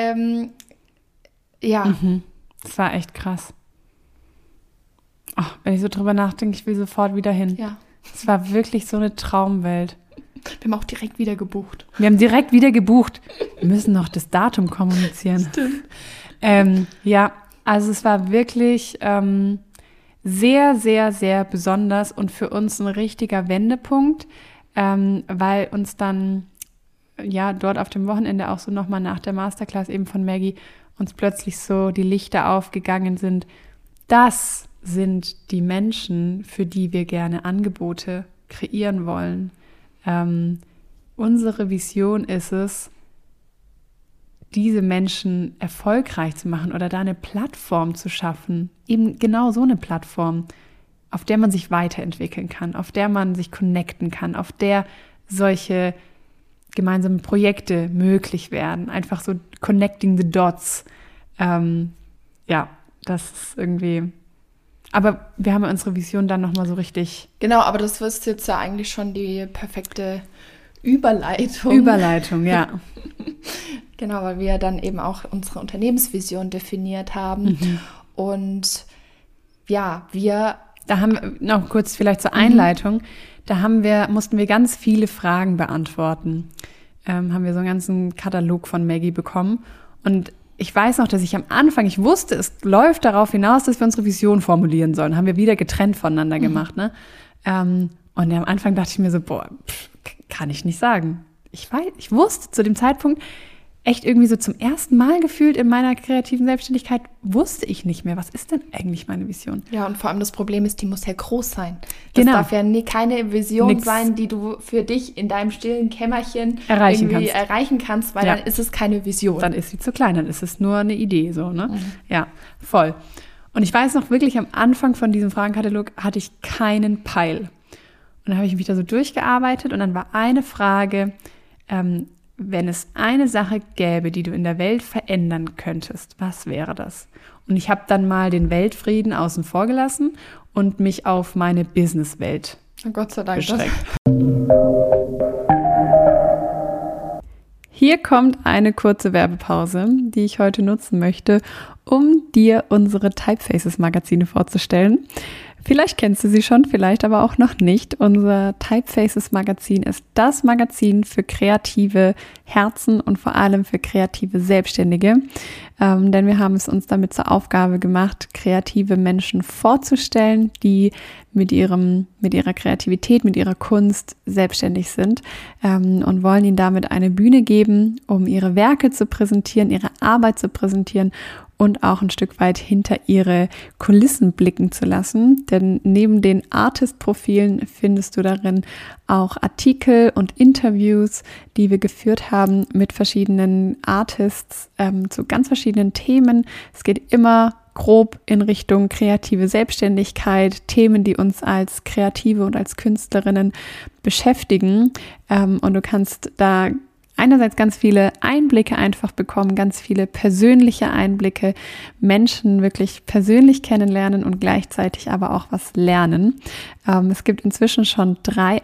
Das war echt krass. Oh, wenn ich so drüber nachdenke, ich will sofort wieder hin. Ja. Es war wirklich so eine Traumwelt. Wir haben auch direkt wieder gebucht. Wir müssen noch das Datum kommunizieren. Stimmt. Ja, also es war wirklich sehr, sehr, sehr besonders und für uns ein richtiger Wendepunkt, weil uns dann dort auf dem Wochenende auch so nochmal nach der Masterclass eben von Maggie uns plötzlich so die Lichter aufgegangen sind. Das sind die Menschen, für die wir gerne Angebote kreieren wollen. Unsere Vision ist es, diese Menschen erfolgreich zu machen oder da eine Plattform zu schaffen. Eben genau so eine Plattform, auf der man sich weiterentwickeln kann, auf der man sich connecten kann, auf der solche gemeinsame Projekte möglich werden. Einfach so connecting the dots. Das ist irgendwie... Aber wir haben unsere Vision dann nochmal so richtig... Genau, aber das ist jetzt ja eigentlich schon die perfekte Überleitung. Überleitung, ja. Genau, weil wir dann eben auch unsere Unternehmensvision definiert haben. Und ja, Da haben wir noch kurz vielleicht zur Einleitung. Da mussten wir ganz viele Fragen beantworten. Haben wir so einen ganzen Katalog von Maggie bekommen. Und ich weiß noch, dass ich am Anfang, ich wusste, es läuft darauf hinaus, dass wir unsere Vision formulieren sollen. Haben wir wieder getrennt voneinander gemacht. Ne? Und am Anfang dachte ich mir so, kann ich nicht sagen. Ich wusste zu dem Zeitpunkt, echt irgendwie so zum ersten Mal gefühlt in meiner kreativen Selbstständigkeit wusste ich nicht mehr, was ist denn eigentlich meine Vision? Ja, und vor allem das Problem ist, die muss ja groß sein. Das Genau. darf ja keine Vision sein, die du für dich in deinem stillen Kämmerchen erreichen kannst, weil dann ist es keine Vision. Dann ist sie zu klein, dann ist es nur eine Idee, so, ne? Ja, voll. Und ich weiß noch wirklich, am Anfang von diesem Fragenkatalog hatte ich keinen Peil. Und dann habe ich mich da so durchgearbeitet und dann war eine Frage, wenn es eine Sache gäbe, die du in der Welt verändern könntest, was wäre das? Und ich habe dann mal den Weltfrieden außen vor gelassen und mich auf meine Businesswelt Gott sei Dank beschränkt. Hier kommt eine kurze Werbepause, die ich heute nutzen möchte, um dir unsere Typefaces-Magazine vorzustellen. Vielleicht kennst du sie schon, vielleicht aber auch noch nicht. Unser Typefaces-Magazin ist das Magazin für kreative Herzen und vor allem für kreative Selbstständige. Denn wir haben es uns damit zur Aufgabe gemacht, kreative Menschen vorzustellen, die mit ihrer Kreativität, mit ihrer Kunst selbstständig sind und wollen ihnen damit eine Bühne geben, um ihre Werke zu präsentieren, ihre Arbeit zu präsentieren und auch ein Stück weit hinter ihre Kulissen blicken zu lassen. Denn neben den Artist-Profilen findest du darin auch Artikel und Interviews, die wir geführt haben mit verschiedenen Artists zu ganz verschiedenen Themen. Es geht immer grob in Richtung kreative Selbstständigkeit, Themen, die uns als Kreative und als Künstlerinnen beschäftigen. Und du kannst da einerseits ganz viele Einblicke einfach bekommen, ganz viele persönliche Einblicke, Menschen wirklich persönlich kennenlernen und gleichzeitig aber auch was lernen. Es gibt inzwischen schon 3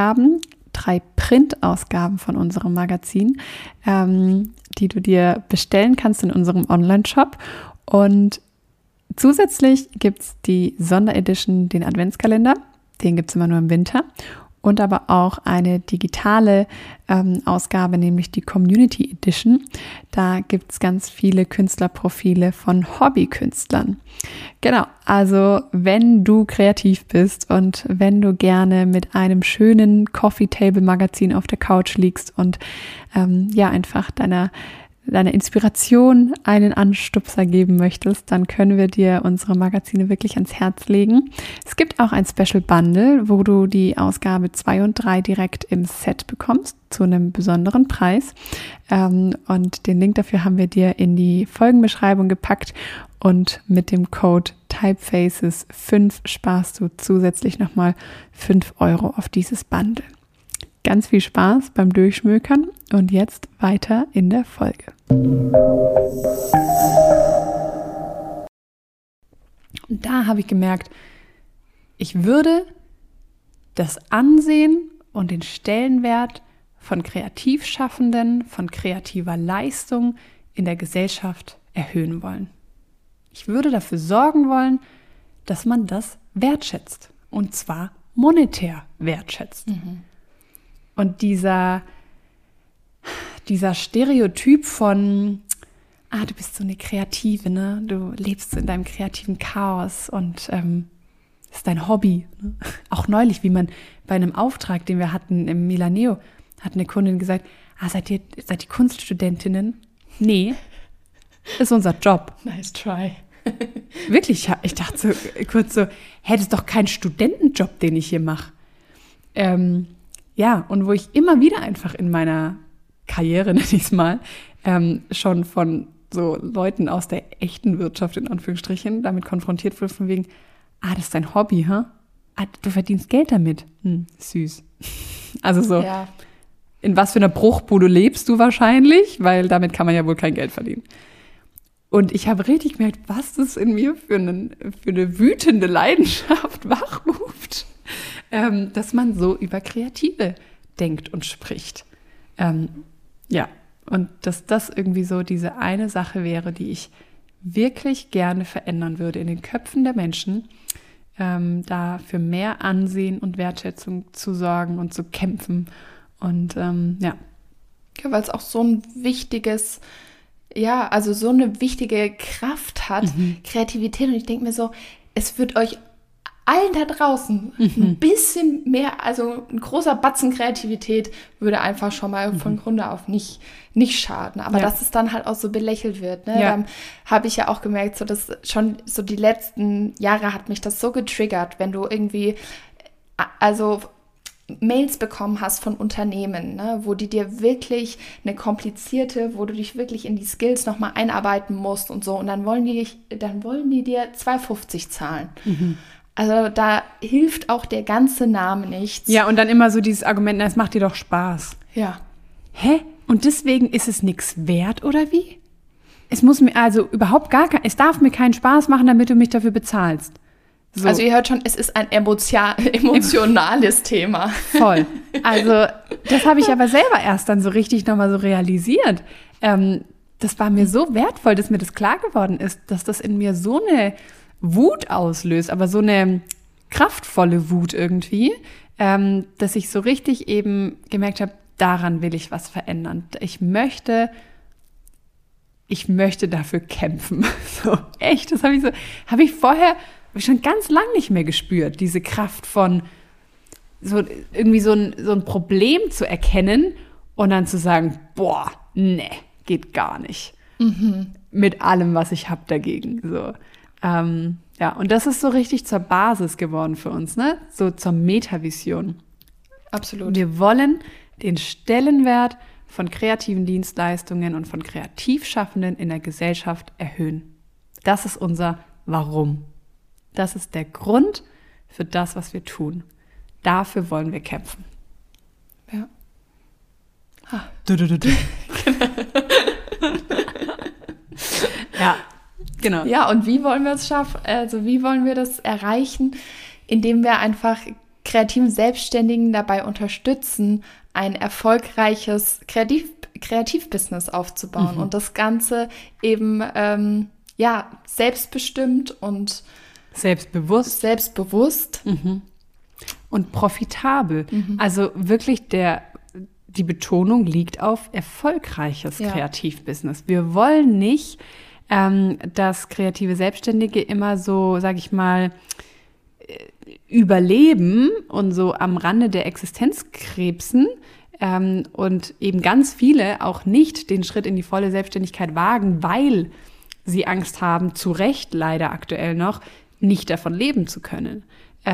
Printausgaben von unserem Magazin, die du dir bestellen kannst in unserem Online-Shop. Und zusätzlich gibt es die Sonderedition, den Adventskalender, den gibt es immer nur im Winter. Und aber auch eine digitale Ausgabe, nämlich die Community Edition. Da gibt es ganz viele Künstlerprofile von Hobbykünstlern. Genau, also wenn du kreativ bist und wenn du gerne mit einem schönen Coffee-Table-Magazin auf der Couch liegst und einfach deiner Inspiration einen Anstupser geben möchtest, dann können wir dir unsere Magazine wirklich ans Herz legen. Es gibt auch ein Special Bundle, wo du die Ausgabe 2 und 3 direkt im Set bekommst, zu einem besonderen Preis. Und den Link dafür haben wir dir in die Folgenbeschreibung gepackt und mit dem Code Typefaces5 sparst du zusätzlich nochmal 5 € auf dieses Bundle. Ganz viel Spaß beim Durchschmökern und jetzt weiter in der Folge. Und da habe ich gemerkt, ich würde das Ansehen und den Stellenwert von Kreativschaffenden, von kreativer Leistung in der Gesellschaft erhöhen wollen. Ich würde dafür sorgen wollen, dass man das wertschätzt und zwar monetär wertschätzt. Und dieser Stereotyp von, du bist so eine Kreative, ne? Du lebst in deinem kreativen Chaos und ist dein Hobby. Ne? Auch neulich, wie man bei einem Auftrag, den wir hatten im Milaneo, hat eine Kundin gesagt, seid ihr Kunststudentinnen? Nee, ist unser Job. Nice try. Wirklich, ich dachte so kurz so, das ist doch kein Studentenjob, den ich hier mache. Ja, und wo ich immer wieder einfach in meiner Karriere, nenne ich es mal, schon von so Leuten aus der echten Wirtschaft, in Anführungsstrichen, damit konfrontiert wurde, von wegen, das ist dein Hobby, hä? Du verdienst Geld damit. Süß. Also so, ja. In was für einer Bruchbude lebst du wahrscheinlich? Weil damit kann man ja wohl kein Geld verdienen. Und ich habe richtig gemerkt, was das in mir für eine wütende Leidenschaft wachruft. Dass man so über Kreative denkt und spricht. Und dass das irgendwie so diese eine Sache wäre, die ich wirklich gerne verändern würde in den Köpfen der Menschen, da für mehr Ansehen und Wertschätzung zu sorgen und zu kämpfen. Und Ja, weil es auch so ein wichtiges, also so eine wichtige Kraft hat, Kreativität. Und ich denke mir so, es wird euch allen da draußen ein bisschen mehr, also ein großer Batzen Kreativität würde einfach schon mal von Grunde auf nicht schaden. Aber dass es dann halt auch so belächelt wird, ne? Dann habe ich ja auch gemerkt, so dass schon so die letzten Jahre hat mich das so getriggert, wenn du irgendwie, also Mails bekommen hast von Unternehmen, ne, wo die dir wirklich wo du dich wirklich in die Skills nochmal einarbeiten musst und so, und dann wollen die dir 2,50 zahlen. Also da hilft auch der ganze Name nichts. Ja, und dann immer so dieses Argument, na, es macht dir doch Spaß. Ja. Hä? Und deswegen ist es nichts wert, oder wie? Es muss mir also überhaupt es darf mir keinen Spaß machen, damit du mich dafür bezahlst. So. Also ihr hört schon, es ist ein emotionales Thema. Voll. Also das habe ich aber selber erst dann so richtig nochmal so realisiert. Das war mir so wertvoll, dass mir das klar geworden ist, dass das in mir so eine Wut auslöst, aber so eine kraftvolle Wut irgendwie, dass ich so richtig eben gemerkt habe, daran will ich was verändern. Ich möchte dafür kämpfen. So, echt, das habe ich vorher schon ganz lang nicht mehr gespürt, diese Kraft von so irgendwie so ein Problem zu erkennen und dann zu sagen, boah, nee, geht gar nicht. Mit allem, was ich habe dagegen. So. Ja, und das ist so richtig zur Basis geworden für uns, ne? So zur Metavision. Absolut. Wir wollen den Stellenwert von kreativen Dienstleistungen und von Kreativschaffenden in der Gesellschaft erhöhen. Das ist unser Warum. Das ist der Grund für das, was wir tun. Dafür wollen wir kämpfen. Ja. Ja, genau. Ja, und wie wollen wir es schaffen? Also wie wollen wir das erreichen? Indem wir einfach kreativen Selbstständigen dabei unterstützen, ein erfolgreiches Kreativbusiness aufzubauen und das Ganze eben selbstbestimmt und selbstbewusst. Und profitabel. Also wirklich die Betonung liegt auf erfolgreiches Kreativbusiness. Wir wollen nicht, dass kreative Selbstständige immer so, sage ich mal, überleben und so am Rande der Existenz krebsen und eben ganz viele auch nicht den Schritt in die volle Selbstständigkeit wagen, weil sie Angst haben, zu Recht leider aktuell noch, nicht davon leben zu können.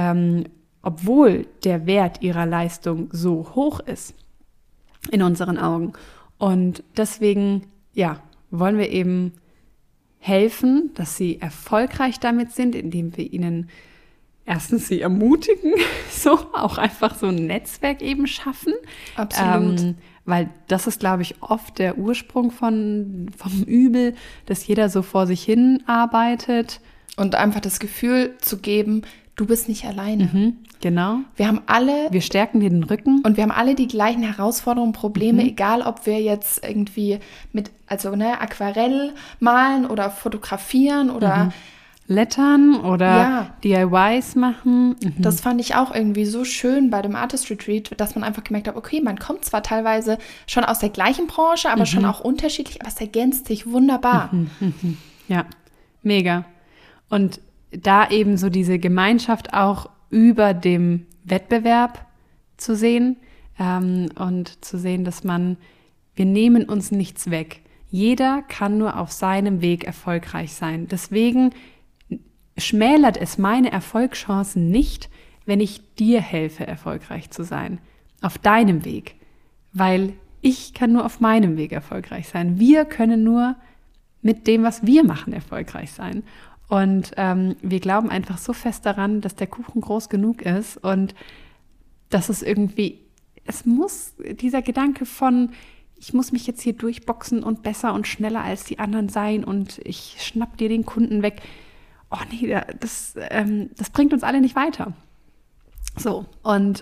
Obwohl der Wert ihrer Leistung so hoch ist in unseren Augen. Und deswegen, wollen wir eben helfen, dass sie erfolgreich damit sind, indem wir ihnen erstens sie ermutigen, so auch einfach so ein Netzwerk eben schaffen. Absolut. Weil das ist, glaube ich, oft der Ursprung vom Übel, dass jeder so vor sich hin arbeitet. Und einfach das Gefühl zu geben, du bist nicht alleine. Genau. Wir stärken dir den Rücken. Und wir haben alle die gleichen Herausforderungen, Probleme, egal ob wir jetzt irgendwie Aquarell malen oder fotografieren oder Lettern oder DIYs machen. Das fand ich auch irgendwie so schön bei dem Artist Retreat, dass man einfach gemerkt hat, okay, man kommt zwar teilweise schon aus der gleichen Branche, aber schon auch unterschiedlich, aber es ergänzt sich wunderbar. Ja, mega. Und da eben so diese Gemeinschaft auch über dem Wettbewerb zu sehen und zu sehen, dass wir nehmen uns nichts weg. Jeder kann nur auf seinem Weg erfolgreich sein. Deswegen schmälert es meine Erfolgschancen nicht, wenn ich dir helfe, erfolgreich zu sein. Auf deinem Weg. Weil ich kann nur auf meinem Weg erfolgreich sein. Wir können nur mit dem, was wir machen, erfolgreich sein. Und wir glauben einfach so fest daran, dass der Kuchen groß genug ist und dass es irgendwie, dieser Gedanke von, ich muss mich jetzt hier durchboxen und besser und schneller als die anderen sein und ich schnapp dir den Kunden weg. Oh nee, das bringt uns alle nicht weiter. So, und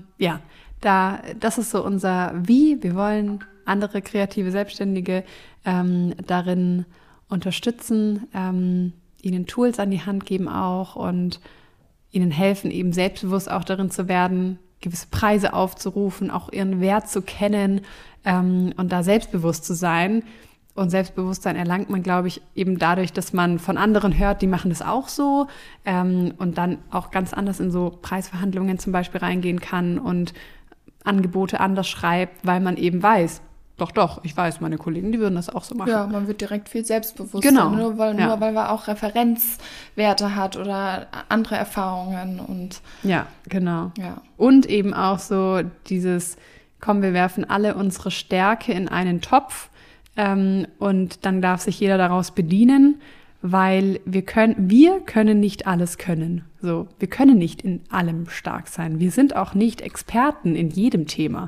das ist so unser Wie. Wir wollen andere kreative Selbstständige darin unterstützen, ihnen Tools an die Hand geben auch und ihnen helfen, eben selbstbewusst auch darin zu werden, gewisse Preise aufzurufen, auch ihren Wert zu kennen und da selbstbewusst zu sein. Und Selbstbewusstsein erlangt man, glaube ich, eben dadurch, dass man von anderen hört, die machen das auch so, und dann auch ganz anders in so Preisverhandlungen zum Beispiel reingehen kann und Angebote anders schreibt, weil man eben weiß, doch, ich weiß, meine Kollegen, die würden das auch so machen. Ja, man wird direkt viel selbstbewusster, genau. nur weil man auch Referenzwerte hat oder andere Erfahrungen. Und ja, genau. Ja. Und eben auch so dieses, komm, wir werfen alle unsere Stärke in einen Topf, und dann darf sich jeder daraus bedienen, weil wir können nicht alles können. So, wir können nicht in allem stark sein. Wir sind auch nicht Experten in jedem Thema.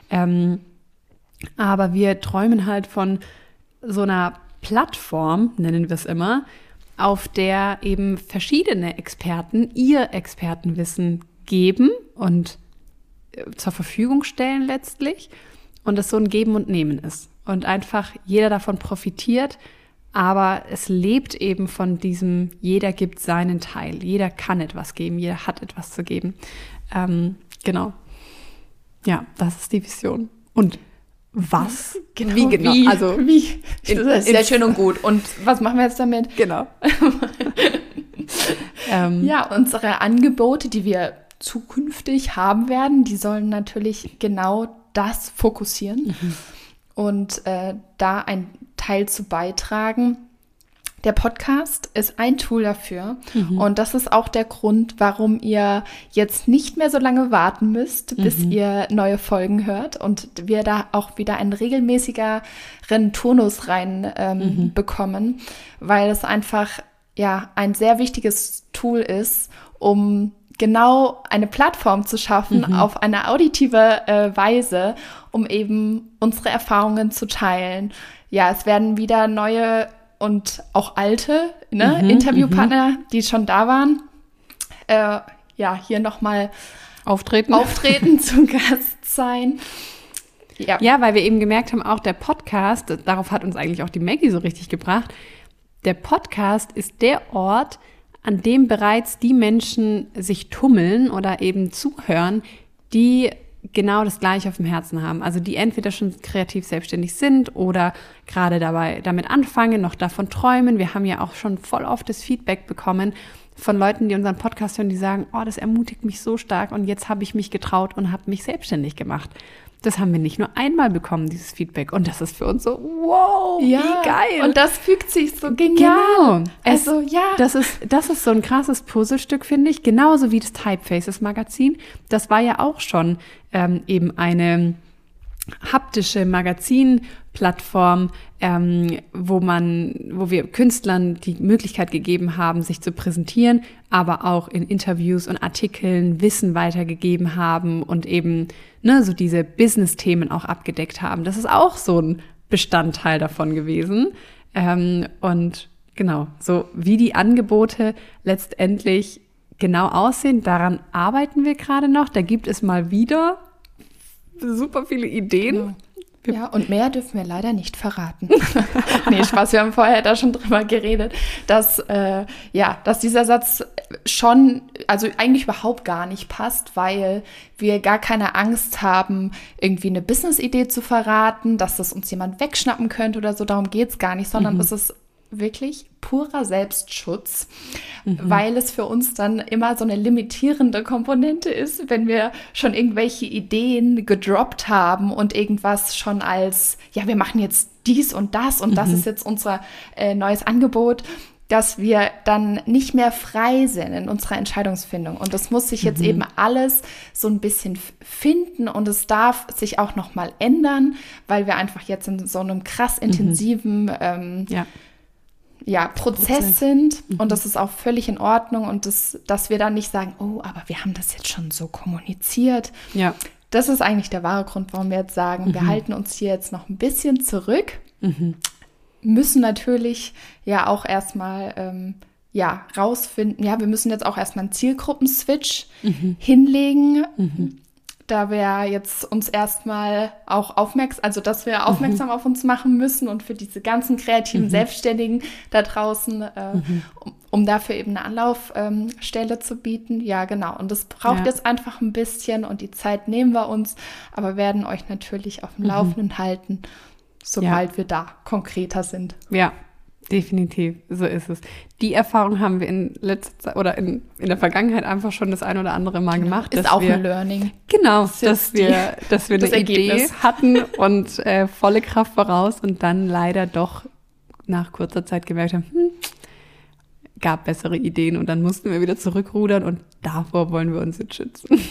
Aber wir träumen halt von so einer Plattform, nennen wir es immer, auf der eben verschiedene Experten ihr Expertenwissen geben und zur Verfügung stellen letztlich. Und es so ein Geben und Nehmen ist. Und einfach jeder davon profitiert, aber es lebt eben von diesem, jeder gibt seinen Teil, jeder kann etwas geben, jeder hat etwas zu geben. Genau. Ja, das ist die Vision. Und was? Genau, wie genau? Wie? Das ist sehr schön und gut. Und was machen wir jetzt damit? Genau. Ja, unsere Angebote, die wir zukünftig haben werden, die sollen natürlich genau das fokussieren und da einen Teil zu beitragen. Der Podcast ist ein Tool dafür und das ist auch der Grund, warum ihr jetzt nicht mehr so lange warten müsst, bis ihr neue Folgen hört und wir da auch wieder einen regelmäßigeren Turnus rein bekommen, weil es einfach ein sehr wichtiges Tool ist, um genau eine Plattform zu schaffen auf eine auditive Weise, um eben unsere Erfahrungen zu teilen. Ja, es werden wieder neue und auch alte Interviewpartner, die schon da waren, hier nochmal auftreten zu Gast sein. Ja, weil wir eben gemerkt haben, auch der Podcast, darauf hat uns eigentlich auch die Maggie so richtig gebracht, der Podcast ist der Ort, an dem bereits die Menschen sich tummeln oder eben zuhören, die genau das Gleiche auf dem Herzen haben. Also die entweder schon kreativ selbstständig sind oder gerade damit anfangen, noch davon träumen. Wir haben ja auch schon voll oft das Feedback bekommen von Leuten, die unseren Podcast hören, die sagen, oh, das ermutigt mich so stark und jetzt habe ich mich getraut und habe mich selbstständig gemacht. Das haben wir nicht nur einmal bekommen, dieses Feedback. Und das ist für uns so, wow, wie geil. Und das fügt sich so genial. Genau. Das ist so ein krasses Puzzlestück, finde ich. Genauso wie das Typefaces Magazin. Das war ja auch schon eben eine haptische Magazinplattform, wo wir Künstlern die Möglichkeit gegeben haben, sich zu präsentieren, aber auch in Interviews und Artikeln Wissen weitergegeben haben und eben so diese Business-Themen auch abgedeckt haben. Das ist auch so ein Bestandteil davon gewesen. Und genau, so wie die Angebote letztendlich genau aussehen, daran arbeiten wir gerade noch. Da gibt es mal wieder super viele Ideen. Ja, und mehr dürfen wir leider nicht verraten. Nee, Spaß, wir haben vorher da schon drüber geredet, dass dieser Satz schon, also eigentlich überhaupt gar nicht passt, weil wir gar keine Angst haben, irgendwie eine Business-Idee zu verraten, dass das uns jemand wegschnappen könnte oder so, darum geht es gar nicht, sondern es ist wirklich purer Selbstschutz, weil es für uns dann immer so eine limitierende Komponente ist, wenn wir schon irgendwelche Ideen gedroppt haben und irgendwas schon als, wir machen jetzt dies und das ist jetzt unser neues Angebot, dass wir dann nicht mehr frei sind in unserer Entscheidungsfindung. Und das muss sich jetzt eben alles so ein bisschen finden und es darf sich auch noch mal ändern, weil wir einfach jetzt in so einem krass intensiven Prozess sind und das ist auch völlig in Ordnung und dass wir dann nicht sagen, oh, aber wir haben das jetzt schon so kommuniziert. Ja. Das ist eigentlich der wahre Grund, warum wir jetzt sagen, wir halten uns hier jetzt noch ein bisschen zurück, müssen natürlich auch erstmal rausfinden, wir müssen jetzt auch erstmal einen Zielgruppenswitch hinlegen, da wir jetzt uns erstmal auch dass wir aufmerksam auf uns machen müssen und für diese ganzen kreativen Selbstständigen da draußen, um dafür eben eine Anlaufstelle zu bieten. Ja, genau. Und das braucht jetzt einfach ein bisschen und die Zeit nehmen wir uns, aber werden euch natürlich auf dem Laufenden halten. sobald wir da konkreter sind. Ja, definitiv, so ist es. Die Erfahrung haben wir in letzter Zeit oder in der Vergangenheit einfach schon das ein oder andere Mal gemacht. Ist auch ein Learning. Genau, dass wir eine Idee hatten und volle Kraft voraus und dann leider doch nach kurzer Zeit gemerkt haben, gab bessere Ideen und dann mussten wir wieder zurückrudern und davor wollen wir uns jetzt schützen.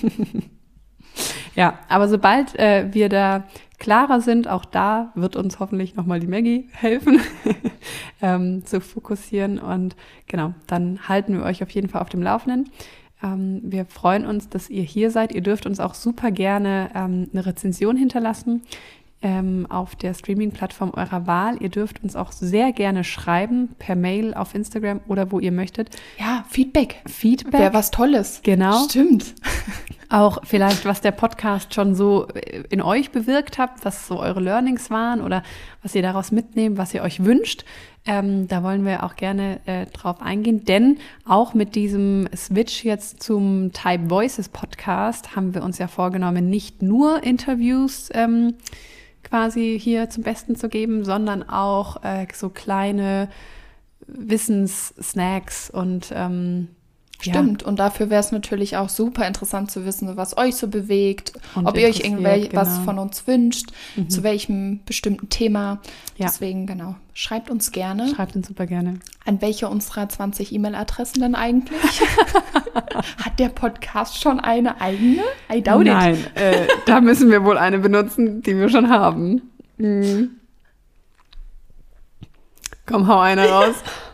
Ja, aber sobald wir da klarer sind, auch da wird uns hoffentlich nochmal die Maggie helfen, zu fokussieren. Und genau, dann halten wir euch auf jeden Fall auf dem Laufenden. Wir freuen uns, dass ihr hier seid. Ihr dürft uns auch super gerne eine Rezension hinterlassen auf der Streaming-Plattform eurer Wahl. Ihr dürft uns auch sehr gerne schreiben, per Mail auf Instagram oder wo ihr möchtet. Ja, Feedback. Wäre was Tolles. Genau. Stimmt. Auch vielleicht, was der Podcast schon so in euch bewirkt hat, was so eure Learnings waren oder was ihr daraus mitnehmt, was ihr euch wünscht. Da wollen wir auch gerne drauf eingehen, denn auch mit diesem Switch jetzt zum Type Voices Podcast haben wir uns ja vorgenommen, nicht nur Interviews quasi hier zum Besten zu geben, sondern auch so kleine Wissenssnacks und Stimmt, und dafür wäre es natürlich auch super interessant zu wissen, was euch so bewegt, und ob ihr euch was von uns wünscht, zu welchem bestimmten Thema. Ja. Deswegen, genau, schreibt uns gerne. Schreibt uns super gerne. An welche unserer 20 E-Mail-Adressen denn eigentlich? Hat der Podcast schon eine eigene? I doubt it. Nein, da müssen wir wohl eine benutzen, die wir schon haben. Komm, hau eine raus.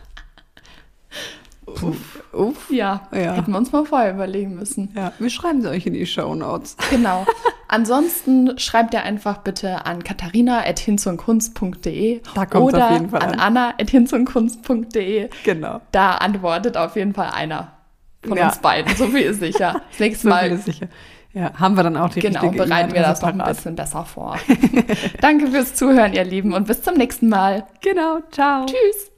Uff. Ja, hätten wir uns mal vorher überlegen müssen. Ja, wir schreiben sie euch in die Shownotes. Genau. Ansonsten schreibt ihr einfach bitte an katharina@hinzundkunst.de oder auf jeden Fall an anna@hinzundkunst.de. Genau. Da antwortet auf jeden Fall einer von uns beiden. So viel ist sicher. Das nächste Mal. So viel ist sicher. Ja, haben wir dann auch die richtige Genau, bereiten wir das noch ein bisschen besser vor. Danke fürs Zuhören, ihr Lieben, und bis zum nächsten Mal. Genau, ciao. Tschüss.